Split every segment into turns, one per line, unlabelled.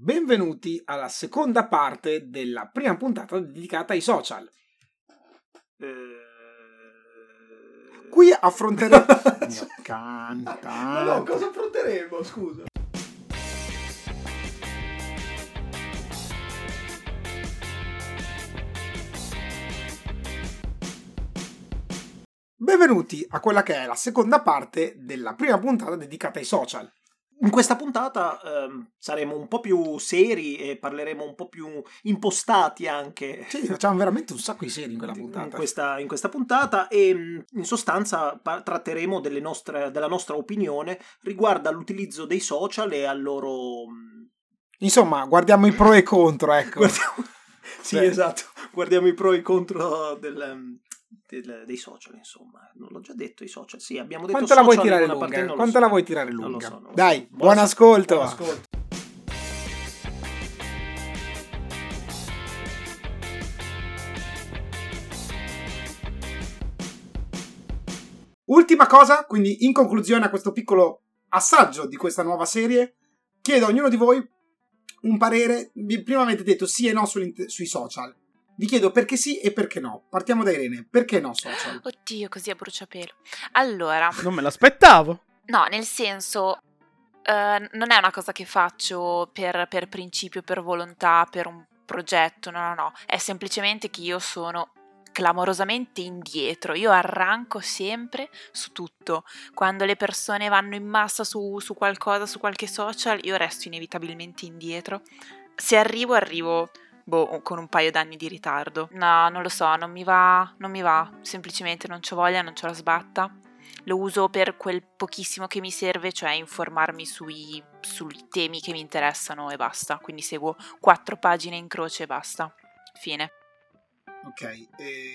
Benvenuti alla seconda parte della prima puntata dedicata ai social. Qui affronteremo... Canta.
No, cosa affronteremo? Scusa.
Benvenuti a quella che è la seconda parte della prima puntata dedicata ai social.
In questa puntata saremo un po' più seri e parleremo un po' più impostati anche.
Sì, facciamo veramente un sacco di serie in quella puntata.
In questa puntata e in sostanza tratteremo della nostra opinione riguardo all'utilizzo dei social e al loro...
Insomma, guardiamo i pro e i contro, ecco.
Sì, esatto. Guardiamo i pro e i contro dei social, insomma. Non l'ho già detto, i social. Sì, abbiamo detto
Quanto la vuoi tirare
social,
lunga?
non
Quanto
lo so.
la vuoi tirare lunga?
Non lo so.
Dai, buon ascolto.
Buon ascolto.
Ultima cosa, quindi in conclusione a questo piccolo assaggio di questa nuova serie, chiedo a ognuno di voi un parere. Prima avete detto sì e no sui social. Vi chiedo perché sì e perché no. Partiamo da Irene. Perché no social?
Oddio, così a bruciapelo. Allora,
Non me l'aspettavo.
no, nel senso, non è una cosa che faccio per principio, per volontà, per un progetto, no. È semplicemente che io sono clamorosamente indietro. Io arranco sempre su tutto. Quando le persone vanno in massa su qualcosa, su qualche social, io resto inevitabilmente indietro. Se arrivo con un paio d'anni di ritardo. No, non lo so, non mi va, semplicemente non c'ho voglia, non c'ho la sbatta. Lo uso per quel pochissimo che mi serve, cioè informarmi sui temi che mi interessano e basta. Quindi seguo 4 pagine in croce e basta. Fine.
Ok,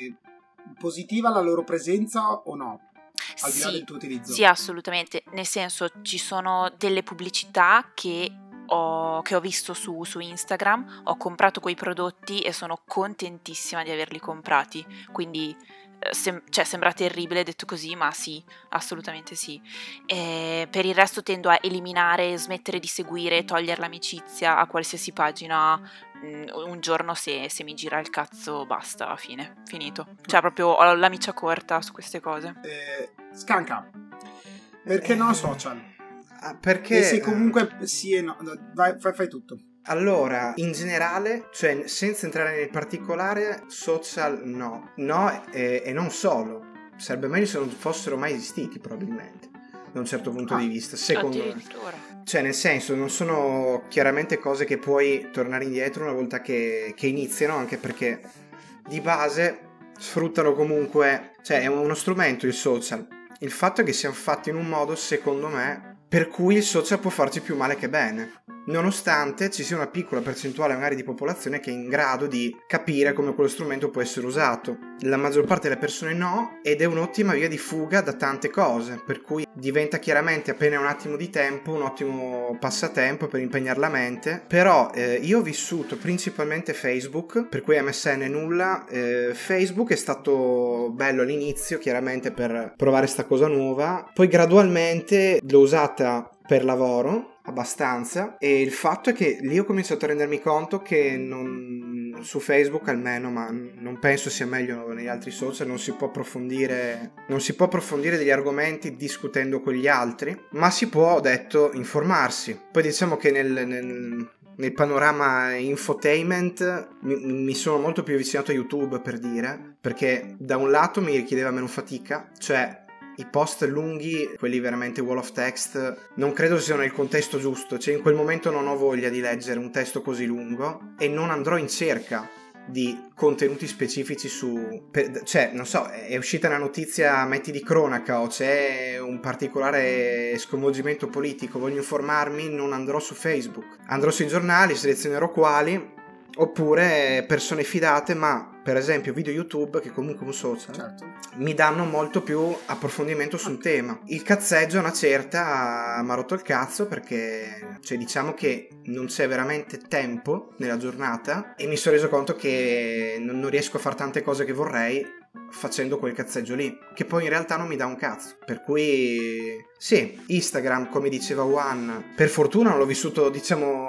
positiva la loro presenza o no? Al di là del tuo utilizzo?
Sì, assolutamente. Nel senso, ci sono delle pubblicità che ho visto su Instagram, ho comprato quei prodotti e sono contentissima di averli comprati. Quindi sembra terribile detto così, ma sì, assolutamente sì. Per il resto tendo a eliminare, smettere di seguire, togliere l'amicizia a qualsiasi pagina. Un giorno se mi gira il cazzo basta, fine, finito. Cioè proprio ho la miccia corta su queste cose.
Scanca, perché no social?
Perché
E se comunque sì e no, vai, fai tutto.
Allora, in generale, cioè senza entrare nel particolare, social no e non solo. Sarebbe meglio se non fossero mai esistiti, probabilmente, da un certo punto di vista, secondo me. Cioè, nel senso, non sono chiaramente cose che puoi tornare indietro una volta che iniziano, anche perché di base sfruttano comunque, cioè è uno strumento il social. Il fatto è che siano fatti in un modo, secondo me, per cui il social può farci più male che bene, nonostante ci sia una piccola percentuale magari di popolazione che è in grado di capire come quello strumento può essere usato. La maggior parte delle persone no, ed è un'ottima via di fuga da tante cose, per cui diventa chiaramente appena un attimo di tempo un ottimo passatempo per impegnare la mente. Però io ho vissuto principalmente Facebook, per cui MSN nulla. Facebook è stato bello all'inizio, chiaramente per provare sta cosa nuova, poi gradualmente l'ho usata per lavoro abbastanza, e il fatto è che lì ho cominciato a rendermi conto che su Facebook almeno, ma non penso sia meglio negli altri social, non si può approfondire degli argomenti discutendo con gli altri, ma si può, ho detto, informarsi. Poi diciamo che nel panorama infotainment mi sono molto più avvicinato a YouTube, per dire, perché da un lato mi richiedeva meno fatica, cioè i post lunghi, quelli veramente wall of text, non credo siano nel contesto giusto, cioè in quel momento non ho voglia di leggere un testo così lungo e non andrò in cerca di contenuti specifici cioè non so, è uscita una notizia, metti di cronaca, o c'è un particolare sconvolgimento politico, voglio informarmi, non andrò su Facebook, andrò sui giornali, selezionerò quali, oppure persone fidate, ma per esempio video YouTube, che comunque è un social,
Certo.
mi danno molto più approfondimento sul tema. Il cazzeggio a una certa mi ha rotto il cazzo, perché cioè diciamo che non c'è veramente tempo nella giornata e mi sono reso conto che non riesco a fare tante cose che vorrei facendo quel cazzeggio lì, che poi in realtà non mi dà un cazzo. Per cui sì, Instagram, come diceva Juan, per fortuna non l'ho vissuto, diciamo,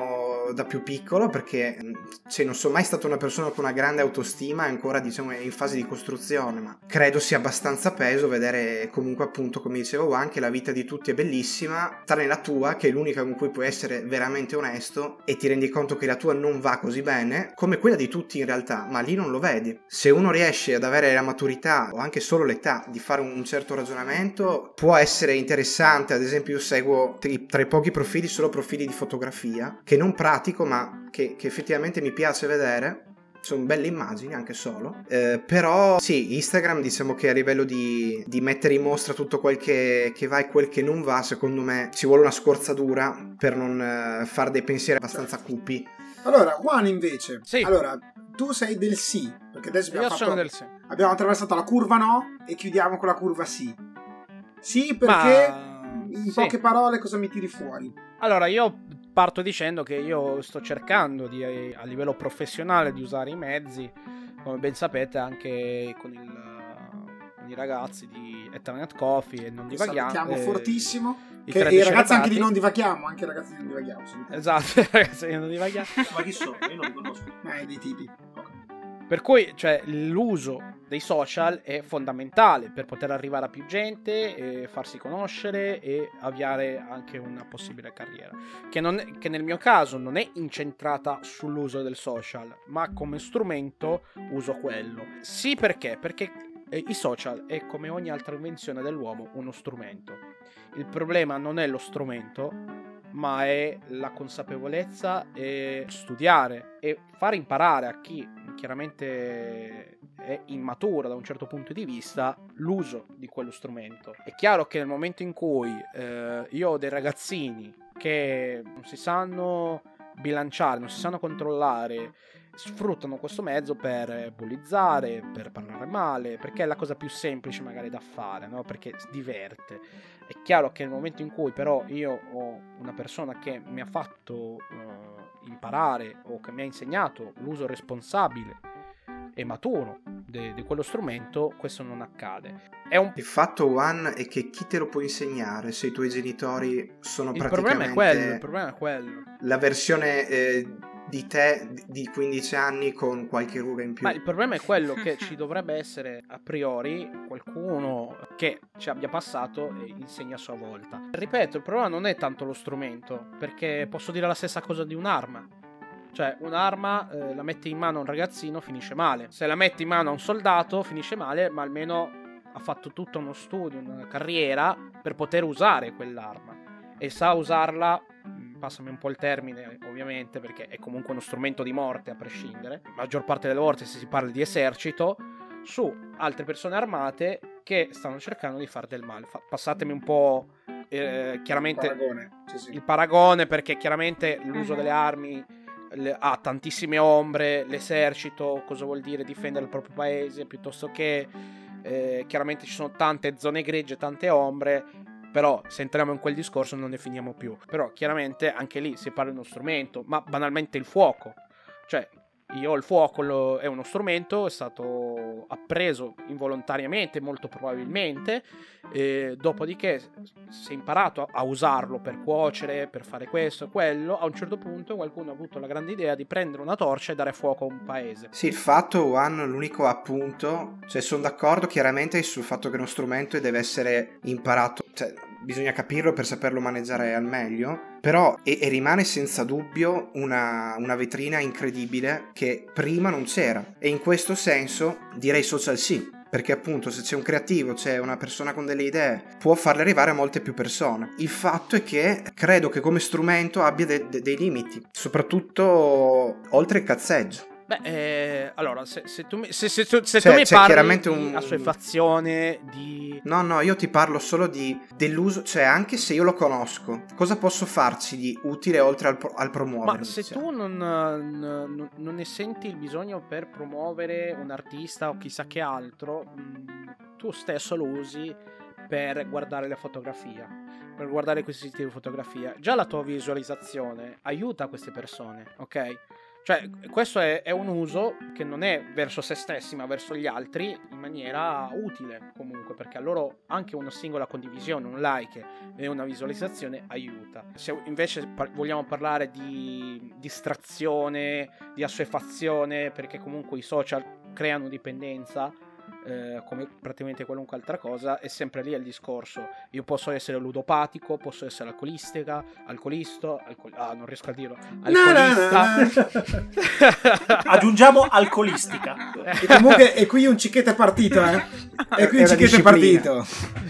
da più piccolo, perché non sono mai stato una persona con una grande autostima, ancora diciamo è in fase di costruzione, ma credo sia abbastanza peso vedere comunque, appunto, come dicevo anche, la vita di tutti è bellissima, tranne la tua, che è l'unica con cui puoi essere veramente onesto, e ti rendi conto che la tua non va così bene, come quella di tutti in realtà, ma lì non lo vedi. Se uno riesce ad avere la maturità o anche solo l'età di fare un certo ragionamento, può essere interessante. Ad esempio, io seguo tra i pochi profili solo profili di fotografia che non pratico, ma che effettivamente mi piace vedere. Sono belle immagini anche solo, però sì, Instagram, diciamo che a livello di mettere in mostra tutto quel che va e quel che non va, secondo me ci vuole una scorzatura per non fare dei pensieri abbastanza cupi.
Allora, Juan invece,
Sì.
allora, tu sei del sì, perché adesso
Io sono del sì.
abbiamo attraversato la curva no e chiudiamo con la curva sì. Sì, perché in poche parole cosa mi tiri fuori?
Allora, io parto dicendo che io sto cercando a livello professionale di usare i mezzi, come ben sapete, anche con i ragazzi di Ethernet Coffee e Non Divaghiamo.
Salutiamo fortissimo.
I
ragazzi anche di Non Divaghiamo, anche i ragazzi di Non Divaghiamo.
Esatto, i ragazzi di Non Divaghiamo.
Ma chi sono? Io non li conosco.
Dei tipi. Okay.
Per cui, cioè, l'uso dei social è fondamentale per poter arrivare a più gente e farsi conoscere e avviare anche una possibile carriera, che nel mio caso non è incentrata sull'uso del social, ma come strumento uso quello. Sì, perché i social è, come ogni altra invenzione dell'uomo, uno strumento. Il problema non è lo strumento, ma è la consapevolezza e studiare e far imparare a chi chiaramente è immaturo da un certo punto di vista l'uso di quello strumento. È chiaro che nel momento in cui io ho dei ragazzini che non si sanno bilanciare, non si sanno controllare, sfruttano questo mezzo per bullizzare, per parlare male, perché è la cosa più semplice magari da fare, no? Perché diverte. È chiaro che nel momento in cui però io ho una persona che mi ha fatto imparare o che mi ha insegnato l'uso responsabile e maturo di quello strumento, questo non accade. Il
fatto, Juan, è che chi te lo può insegnare se i tuoi genitori sono praticamente...
Il problema è quello.
La versione di te di 15 anni con qualche ruga in più.
Ma il problema è quello che ci dovrebbe essere a priori qualcuno che ci abbia passato e insegna a sua volta. Ripeto, il problema non è tanto lo strumento, perché posso dire la stessa cosa di un'arma. Cioè, un'arma la metti in mano a un ragazzino, finisce male. Se la metti in mano a un soldato, finisce male, ma almeno ha fatto tutto uno studio, una carriera per poter usare quell'arma. E sa usarla, passami un po' il termine ovviamente, perché è comunque uno strumento di morte a prescindere. La maggior parte delle volte, se si parla di esercito, su altre persone armate che stanno cercando di fare del male. Passatemi un po' chiaramente il paragone, perché chiaramente l'uso delle armi ha tantissime ombre. L'esercito cosa vuol dire? Difendere il proprio paese, piuttosto che chiaramente ci sono tante zone grigie, tante ombre. Però se entriamo in quel discorso non ne finiamo più. Però chiaramente anche lì si parla di uno strumento, ma banalmente il fuoco. Cioè, il fuoco è uno strumento, è stato appreso involontariamente, molto probabilmente, dopodiché si è imparato a usarlo per cuocere, per fare questo e quello. A un certo punto qualcuno ha avuto la grande idea di prendere una torcia e dare fuoco a un paese.
Sì, il fatto, Juan, l'unico appunto, cioè sono d'accordo chiaramente sul fatto che uno strumento deve essere imparato, cioè bisogna capirlo per saperlo maneggiare al meglio, però e rimane senza dubbio una vetrina incredibile che prima non c'era, e in questo senso direi social sì, perché appunto se c'è un creativo, c'è una persona con delle idee, può farle arrivare a molte più persone. Il fatto è che credo che come strumento abbia dei limiti, soprattutto oltre il cazzeggio.
Beh, allora, se tu mi parli di assuefazione, di...
No, io ti parlo solo dell'uso, cioè anche se io lo conosco, cosa posso farci di utile oltre al promuovere?
Ma se tu non ne senti il bisogno per promuovere un artista o chissà che altro, tu stesso lo usi per guardare la fotografia, per guardare questi siti di fotografia. Già la tua visualizzazione aiuta queste persone, ok? Cioè, questo è un uso che non è verso se stessi, ma verso gli altri in maniera utile comunque, perché a loro anche una singola condivisione, un like e una visualizzazione aiuta. Se invece vogliamo parlare di distrazione, di assuefazione, perché comunque i social creano dipendenza, come praticamente qualunque altra cosa, è sempre lì il discorso. Io posso essere ludopatico, posso essere non riesco a dirlo, alcolista.
Aggiungiamo alcolistica.
E comunque e qui un cicchetto è partito, e qui un cicchetto è partito.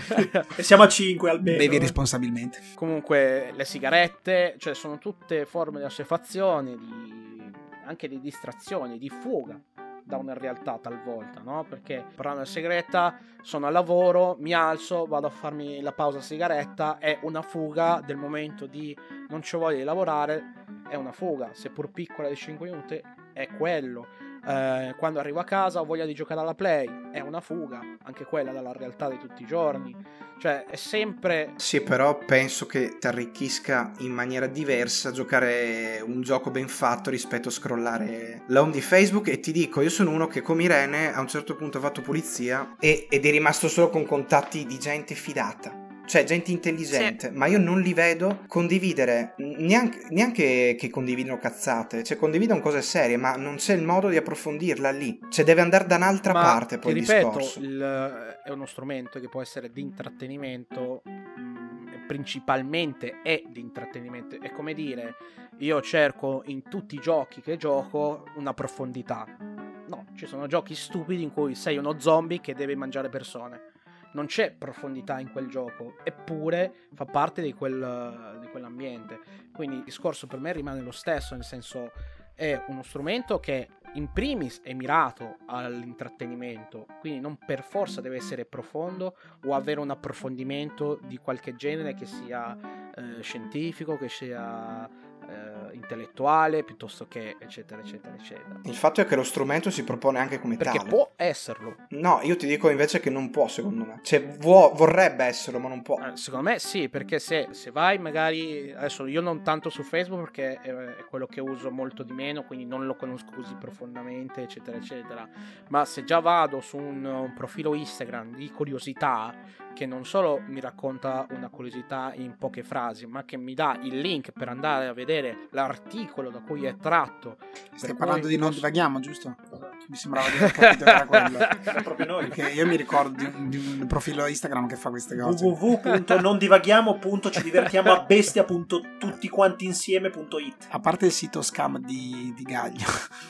E siamo a 5 almeno.
Bevi responsabilmente.
Comunque le sigarette, cioè sono tutte forme di assuefazione, anche di distrazione, di fuga da una realtà talvolta, no? Perché parlando di sigaretta, sono al lavoro, mi alzo, vado a farmi la pausa sigaretta, è una fuga del momento di non c'ho voglia di lavorare, è una fuga, seppur piccola di 5 minuti, è quello. Quando arrivo a casa ho voglia di giocare alla Play, è una fuga, anche quella dalla realtà di tutti i giorni. Cioè è sempre...
Sì, però penso che ti arricchisca in maniera diversa giocare un gioco ben fatto rispetto a scrollare la home di Facebook. E ti dico, io sono uno che come Irene a un certo punto ha fatto pulizia ed è rimasto solo con contatti di gente fidata, cioè gente intelligente, sì. Ma io non li vedo condividere neanche che condividono cazzate, cioè condividono cose serie, ma non c'è il modo di approfondirla lì, cioè deve andare da un'altra parte poi il discorso.
È uno strumento che può essere di intrattenimento, principalmente è di intrattenimento, è come dire, io cerco in tutti i giochi che gioco una profondità. No, ci sono giochi stupidi in cui sei uno zombie che deve mangiare persone. Non c'è profondità in quel gioco, eppure fa parte di quell'ambiente. Quindi il discorso per me rimane lo stesso, nel senso è uno strumento che in primis è mirato all'intrattenimento, quindi non per forza deve essere profondo o avere un approfondimento di qualche genere, che sia scientifico, che sia intellettuale, piuttosto che eccetera eccetera eccetera.
Il fatto è che lo strumento si propone anche come
perché
tale.
Può esserlo.
No, io ti dico invece che non può, secondo me. Cioè vorrebbe esserlo, ma non può.
Secondo me sì, perché se vai magari, adesso io non tanto su Facebook perché è quello che uso molto di meno, quindi non lo conosco così profondamente eccetera eccetera, ma se già vado su un profilo Instagram di curiosità, che non solo mi racconta una curiosità in poche frasi, ma che mi dà il link per andare a vedere l'articolo da cui è tratto.
Stai parlando di Non Divaghiamo, giusto? Mi sembrava di aver capito che era quello.
È proprio noi.
Perché io mi ricordo di un profilo Instagram che fa queste cose.
www.nondivaghiamo.cidivertiamoabestia.tuttiquantinsieme.it.
A parte il sito scam di Gaglio.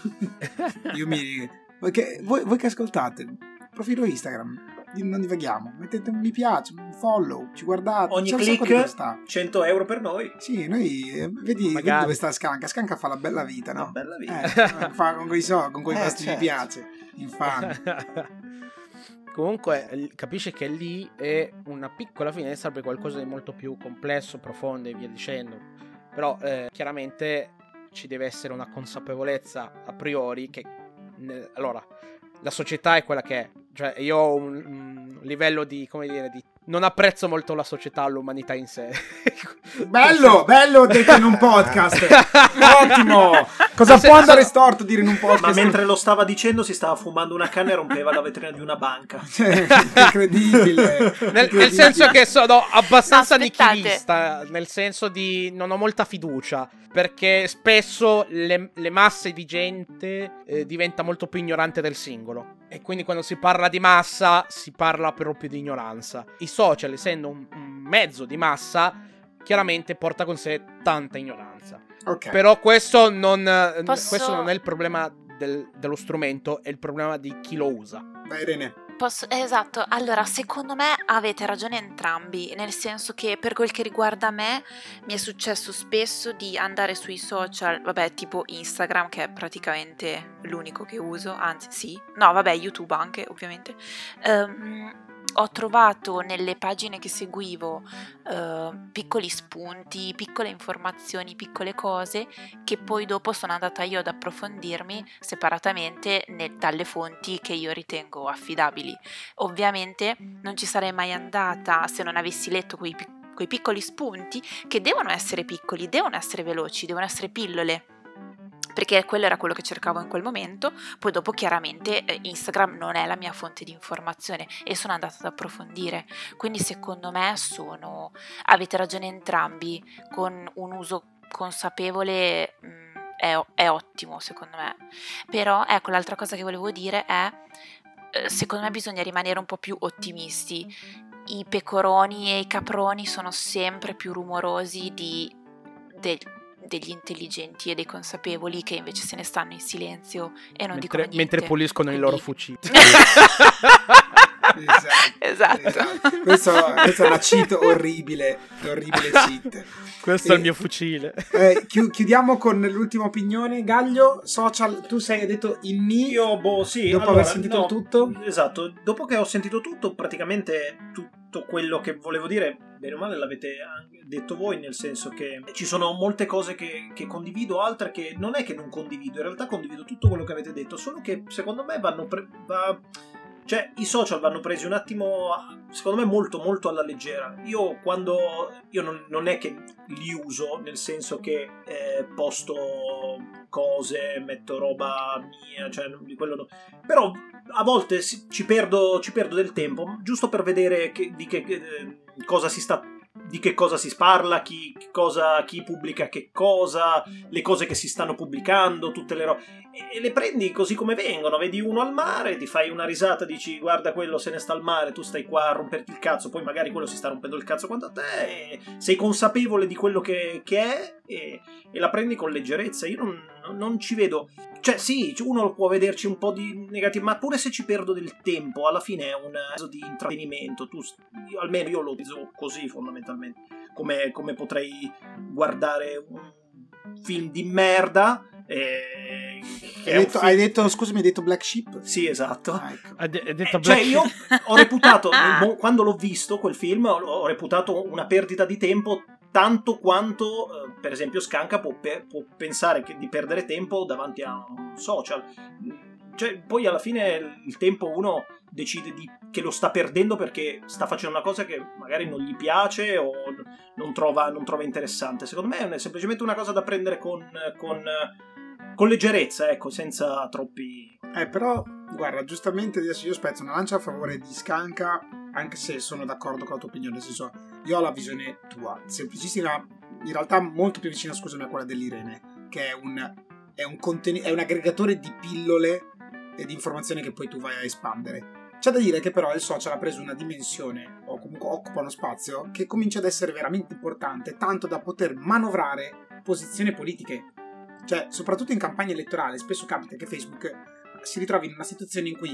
Voi che ascoltate il profilo Instagram Non Divaghiamo, mettete un mi piace, un follow, ci guardate,
ogni
c'è
click 100 euro per noi.
Sì, noi vedi dove sta Scanca fa la bella vita, no?
La bella vita.
Fa con quei posti
certo.
mi piace, infame.
Comunque capisci che lì è una piccola finestra per qualcosa di molto più complesso, profondo e via dicendo. Però chiaramente ci deve essere una consapevolezza a priori che allora la società è quella che è. Cioè io ho un livello di, come dire, di non apprezzo molto la società, l'umanità in sé.
Bello detto in un podcast. Ottimo. Cosa può andare storto dire in un podcast?
Ma mentre lo stava dicendo si stava fumando una canna e rompeva la vetrina di una banca.
Incredibile.
Nel senso che sono abbastanza nichilista, nel senso di non ho molta fiducia, perché spesso le masse di gente diventa molto più ignorante del singolo. E quindi quando si parla di massa si parla proprio di ignoranza. I social, essendo un mezzo di massa, chiaramente porta con sé tanta ignoranza.
Okay.
Però questo non è il problema dello strumento, è il problema di chi lo usa.
Vai Irene.
Esatto, allora secondo me avete ragione entrambi, nel senso che per quel che riguarda me mi è successo spesso di andare sui social, vabbè tipo Instagram che è praticamente l'unico che uso, anzi sì, no vabbè YouTube anche ovviamente, ho trovato nelle pagine che seguivo piccoli spunti, piccole informazioni, piccole cose che poi dopo sono andata io ad approfondirmi separatamente dalle fonti che io ritengo affidabili. Ovviamente non ci sarei mai andata se non avessi letto quei piccoli spunti che devono essere piccoli, devono essere veloci, devono essere pillole. perché quello era quello che cercavo in quel momento. Poi dopo chiaramente Instagram non è la mia fonte di informazione e sono andata ad approfondire, quindi secondo me avete ragione entrambi, con un uso consapevole è ottimo secondo me. Però ecco, l'altra cosa che volevo dire è secondo me bisogna rimanere un po' più ottimisti. I pecoroni e i caproni sono sempre più rumorosi degli intelligenti e dei consapevoli che invece se ne stanno in silenzio e non dicono niente.
Mentre puliscono i loro fucili.
Esatto.
Questa è una cheat orribile cheat.
Questo è il mio fucile.
Chiudiamo con l'ultima opinione. Gaglio, social, tu hai detto
sì,
dopo aver sentito tutto?
Esatto, dopo che ho sentito tutto, praticamente tutto quello che volevo dire, bene o male l'avete detto voi, nel senso che ci sono molte cose che condivido, altre che non è che non condivido, in realtà condivido tutto quello che avete detto, solo che secondo me cioè i social vanno presi un attimo, secondo me, molto molto alla leggera. Io non è che li uso, nel senso che posto cose, metto roba mia, cioè di quello no. Però a volte ci perdo del tempo giusto per vedere di che cosa si parla, chi pubblica che cosa, le cose che si stanno pubblicando, tutte le robe, e le prendi così come vengono. Vedi uno al mare, ti fai una risata, dici guarda quello se ne sta al mare, tu stai qua a romperti il cazzo, poi magari quello si sta rompendo il cazzo quanto a te, e sei consapevole di quello che è e la prendi con leggerezza. Io non ci vedo, cioè sì, uno può vederci un po' di negativo, ma pure se ci perdo del tempo, alla fine è un mezzo di intrattenimento. Almeno io lo uso così fondamentalmente, come potrei guardare un film di merda.
Hai detto scusami, hai detto Black Sheep?
Sì, esatto.
Ecco.
Hai detto Black
cioè
Sheep.
io ho reputato quando l'ho visto quel film, ho reputato una perdita di tempo tanto quanto per esempio Scanca può pensare di perdere tempo davanti a un social. Cioè poi alla fine il tempo uno decide che lo sta perdendo perché sta facendo una cosa che magari non gli piace o non trova interessante. Secondo me è semplicemente una cosa da prendere con leggerezza, ecco, senza troppi...
Però, guarda, giustamente adesso io spezzo una lancia a favore di Scanca, anche se sono d'accordo con la tua opinione, nel senso, io ho la visione tua, semplicissima, in realtà molto più vicina, scusami, a quella dell'Irene, che è un aggregatore di pillole e di informazioni che poi tu vai a espandere. C'è da dire che però il social ha preso una dimensione, o comunque occupa uno spazio, che comincia ad essere veramente importante, tanto da poter manovrare posizioni politiche. Cioè, soprattutto in campagna elettorale, spesso capita che Facebook si ritrovi in una situazione in cui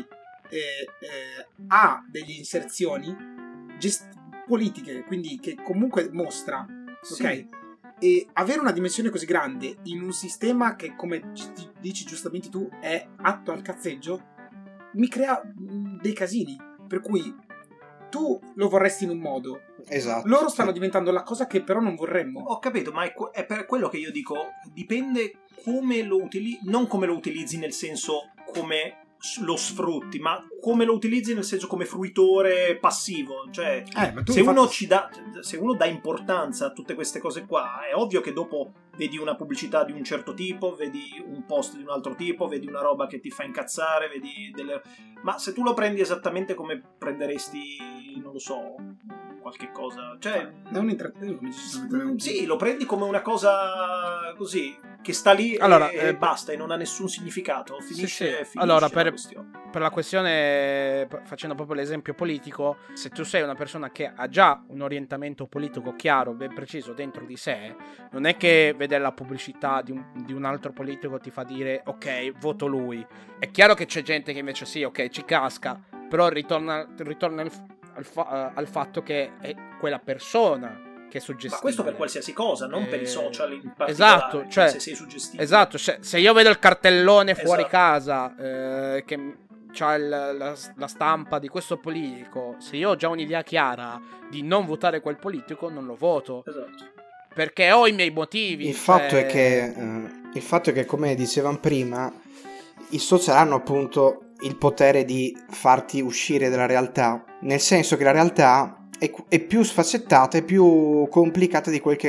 ha delle inserzioni politiche, quindi che comunque mostra,
sì.
Ok? E avere una dimensione così grande in un sistema che, come dici giustamente tu, è atto al cazzeggio, mi crea dei casini, per cui tu lo vorresti in un modo,
esatto,
loro stanno diventando la cosa che però non vorremmo.
Ho capito, ma è per quello che io dico, dipende come lo utilizzi, non come lo utilizzi nel senso come lo sfrutti, ma come lo utilizzi nel senso come fruitore passivo. Cioè se uno dà importanza a tutte queste cose qua, è ovvio che dopo vedi una pubblicità di un certo tipo, vedi un post di un altro tipo, vedi una roba che ti fa incazzare, ma se tu lo prendi esattamente come prenderesti, non lo so, qualche cosa, cioè
è un intrattenimento.
Sì, lo prendi come una cosa così che sta lì e basta, e non ha nessun significato. Finisce
allora,
la questione.
Per la questione, facendo proprio l'esempio politico, se tu sei una persona che ha già un orientamento politico chiaro, ben preciso dentro di sé, non è che vedere la pubblicità di un altro politico ti fa dire ok, voto lui. È chiaro che c'è gente che invece sì, ok, ci casca, però ritorna al fatto che è quella persona che è suggestiva.
Ma questo per qualsiasi cosa, non per i social in particolare.
Esatto, cioè,
se sei suggestivo.
Esatto, se io vedo il cartellone fuori
esatto.
casa che c'ha la stampa di questo politico, se io ho già un'idea chiara di non votare quel politico, non lo voto.
Esatto.
Perché ho i miei motivi.
Il fatto è che, come dicevamo prima, i social hanno appunto il potere di farti uscire dalla realtà, nel senso che la realtà è più sfaccettata e più complicata di quel che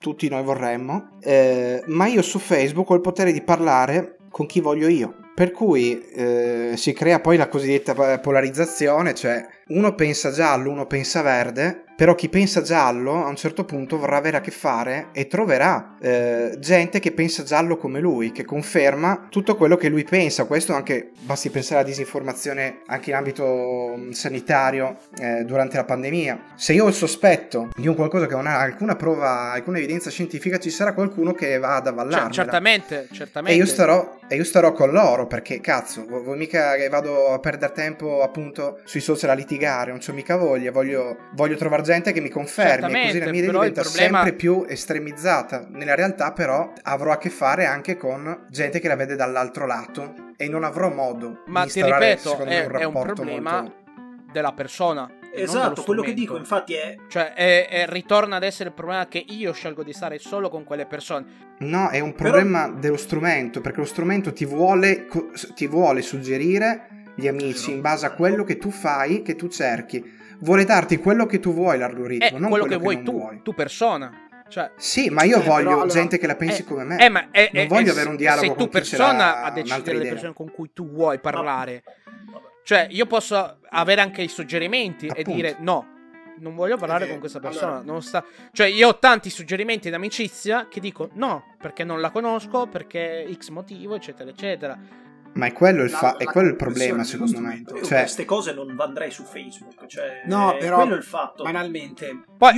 tutti noi vorremmo, ma io su Facebook ho il potere di parlare con chi voglio io. Per cui si crea poi la cosiddetta polarizzazione, cioè uno pensa giallo, uno pensa verde, però chi pensa giallo a un certo punto vorrà avere a che fare e troverà gente che pensa giallo come lui, che conferma tutto quello che lui pensa. Questo anche, basti pensare alla disinformazione anche in ambito sanitario durante la pandemia. Se io ho il sospetto di un qualcosa che non ha alcuna prova, alcuna evidenza scientifica, ci sarà qualcuno che va ad avvallarmela.
Certamente.
E io starò con loro, perché cazzo, vuoi mica che vado a perdere tempo appunto sui social a litigare, non c'ho mica voglia, voglio trovare gente che mi confermi, e così la mia idea diventa sempre più estremizzata. Nella realtà però avrò a che fare anche con gente che la vede dall'altro lato e non avrò modo di instaurare, secondo me, un rapporto
è un problema
molto...
della persona.
Esatto, quello che dico infatti è...
Cioè ritorna ad essere il problema che io scelgo di stare solo con quelle persone.
No, è un problema dello strumento, perché lo strumento ti vuole suggerire gli amici in base a quello che tu fai, che tu cerchi. Vuole darti quello che tu vuoi l'algoritmo, non quello che vuoi
tu persona. Cioè,
sì, ma io voglio gente che la pensi come me. Non voglio avere un dialogo con chi ce l'ha
persona a decidere le persone con cui tu vuoi parlare. Cioè, io posso avere anche i suggerimenti e dire no, non voglio parlare con questa persona.
Allora...
Non sta... Cioè, io ho tanti suggerimenti di amicizia che dico no, perché non la conosco, perché X motivo, eccetera, eccetera.
Ma è quello il problema, secondo me.
Io queste cose non andrei su Facebook. Cioè,
no, però
quello è il fatto.
Banalmente.
Poi,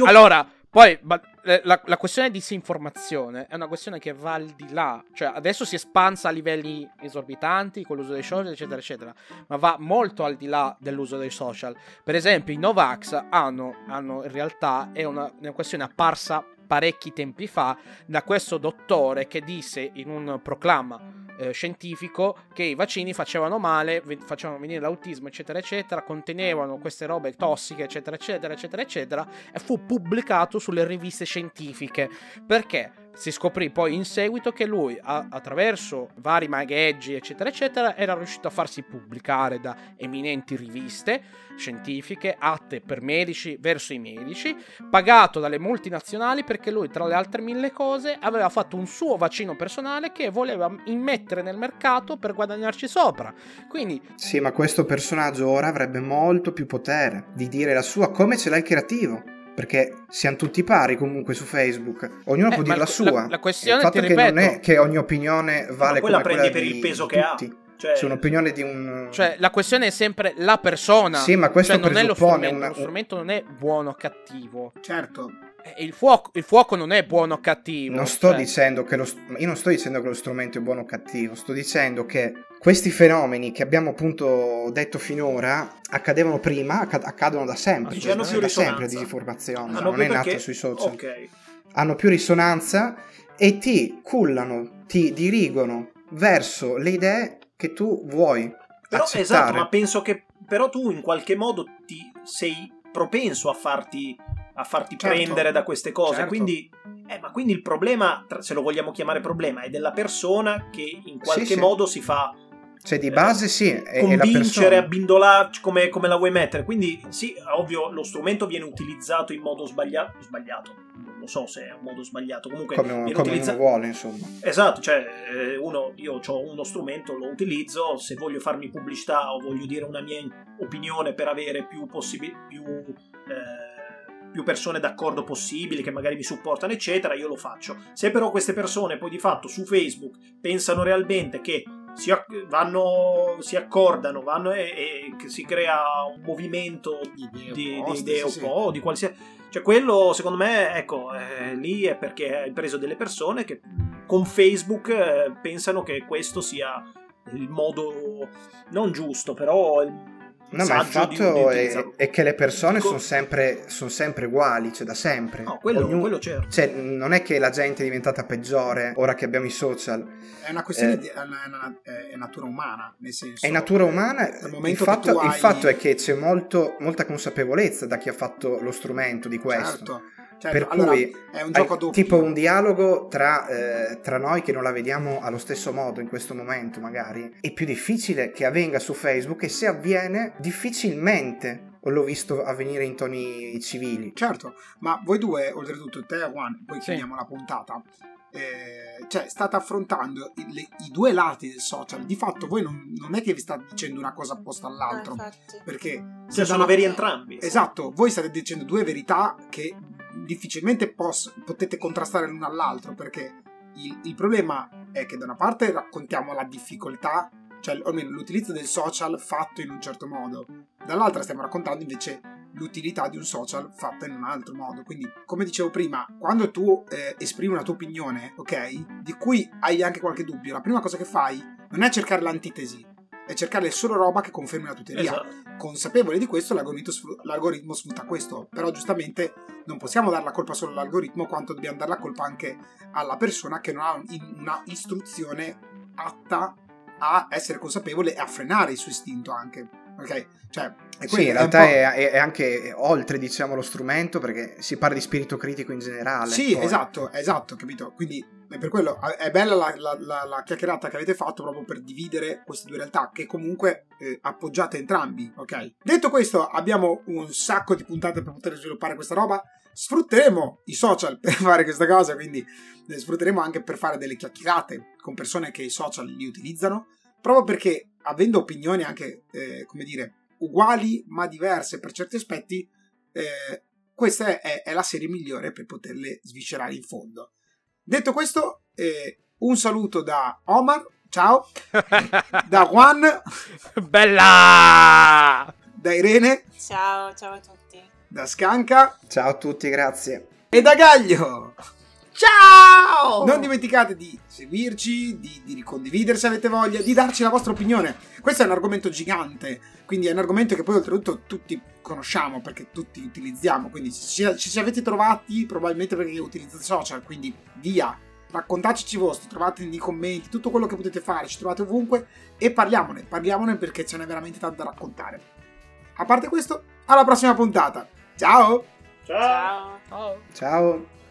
la questione di disinformazione è una questione che va al di là, cioè adesso si è espansa a livelli esorbitanti con l'uso dei social, eccetera, eccetera, ma va molto al di là dell'uso dei social. Per esempio, i Novax hanno in realtà, è una questione apparsa parecchi tempi fa da questo dottore che disse in un proclama scientifico che i vaccini facevano male, facevano venire l'autismo, eccetera eccetera, contenevano queste robe tossiche, eccetera eccetera eccetera eccetera, e fu pubblicato sulle riviste scientifiche. Perché si scoprì poi in seguito che lui attraverso vari magheggi eccetera eccetera era riuscito a farsi pubblicare da eminenti riviste scientifiche atte per medici, verso i medici, pagato dalle multinazionali, perché lui tra le altre 1000 cose aveva fatto un suo vaccino personale che voleva immettere nel mercato per guadagnarci sopra. Quindi
sì, ma questo personaggio ora avrebbe molto più potere di dire la sua, come ce l'ha il creativo, perché siamo tutti pari comunque su Facebook, ognuno può dire la sua.
La questione,
il fatto
ti
che
ripeto,
non è che ogni opinione vale come quella
per il peso che
tutti.
ha. Cioè,
c'è un'opinione di un...
Cioè, la questione è sempre la persona.
Sì, ma questo
non è lo strumento.
lo
strumento non è buono o cattivo.
Certo.
Il fuoco non è buono o cattivo.
Non sto dicendo che io non sto dicendo che lo strumento è buono o cattivo, sto dicendo che questi fenomeni che abbiamo appunto detto finora accadevano prima, accadono da sempre.
Hanno più
da
risonanza.
sempre disinformazione, non è nata sui social.
Okay.
Hanno più risonanza e ti cullano, ti dirigono verso le idee che tu vuoi accettare.
Esatto, ma penso che però tu in qualche modo sei propenso a farti certo, prendere da queste cose, certo. Quindi il problema, se lo vogliamo chiamare problema, è della persona che in qualche modo si fa,
cioè di base
convincere, abbindolare, come la vuoi mettere. Quindi sì, ovvio, lo strumento viene utilizzato in modo sbagliato, non lo so se è un modo sbagliato, comunque
come uno vuole, insomma.
Esatto, cioè io ho uno strumento, lo utilizzo, se voglio farmi pubblicità o voglio dire una mia opinione per avere più persone d'accordo possibili che magari mi supportano eccetera, io lo faccio. Se però queste persone poi di fatto su Facebook pensano realmente che si accordano, vanno e che si crea un movimento di idee o di qualsiasi, cioè quello secondo me, ecco, lì è perché hai preso delle persone che con Facebook pensano che questo sia il modo non giusto, però
no, ma il fatto è che le persone sono sempre uguali, cioè da sempre.
No, quello certo.
Cioè, non è che la gente è diventata peggiore ora che abbiamo i social.
È una questione è natura umana, nel senso.
È natura umana. Il fatto è che c'è molta consapevolezza da chi ha fatto lo strumento di questo.
Certo. Certo,
Per
allora,
cui
è un gioco a
hai
doppio.
tipo un dialogo tra noi che non la vediamo allo stesso modo in questo momento magari è più difficile che avvenga su Facebook, e se avviene difficilmente l'ho visto avvenire in toni civili.
Certo, ma voi due, oltretutto te e Juan, poi
Sì.
chiudiamo la puntata, cioè state affrontando i due lati del social. Di fatto voi non è che vi state dicendo una cosa opposta all'altro,
infatti.
perché
Se sono veri entrambi.
esatto, voi state dicendo due verità che difficilmente potete contrastare l'una all'altro, perché il problema è che da una parte raccontiamo la difficoltà, cioè o almeno l'utilizzo del social fatto in un certo modo, dall'altra stiamo raccontando invece l'utilità di un social fatta in un altro modo. Quindi, come dicevo prima, quando tu esprimi una tua opinione, ok, di cui hai anche qualche dubbio, la prima cosa che fai non è cercare l'antitesi, è cercare solo roba che confermi la tua teoria.
Esatto.
Consapevole di questo, l'algoritmo sfrutta questo, però giustamente non possiamo dare la colpa solo all'algoritmo, quanto dobbiamo dare la colpa anche alla persona che non ha una istruzione atta a essere consapevole e a frenare il suo istinto anche, ok? Cioè, è
Sì, in realtà è anche oltre, diciamo, lo strumento, perché si parla di spirito critico in generale.
Sì,
poi.
esatto, capito? Quindi per quello è bella la chiacchierata che avete fatto, proprio per dividere queste due realtà che comunque appoggiate entrambi, ok? Detto questo, abbiamo un sacco di puntate per poter sviluppare questa roba. Sfrutteremo i social per fare questa cosa, quindi sfrutteremo anche per fare delle chiacchierate con persone che i social li utilizzano, proprio perché avendo opinioni anche, come dire, uguali ma diverse per certi aspetti, questa è la serie migliore per poterle sviscerare in fondo. Detto questo, un saluto da Omar, ciao, da Juan,
Bella!
da Irene,
Ciao a tutti.
da Scanca
Ciao a tutti, grazie.
e da Gaglio.
Ciao!
Non dimenticate di seguirci, di ricondividere se avete voglia, di darci la vostra opinione. Questo è un argomento gigante, quindi è un argomento che poi oltretutto tutti conosciamo, perché tutti utilizziamo, quindi ci avete trovati probabilmente perché utilizzate social, quindi via, raccontateci vostri, trovate nei commenti tutto quello che potete fare, ci trovate ovunque e parliamone perché ce n'è veramente tanto da raccontare. A parte questo, alla prossima puntata. Ciao!
Ciao!
Ciao.
Ciao.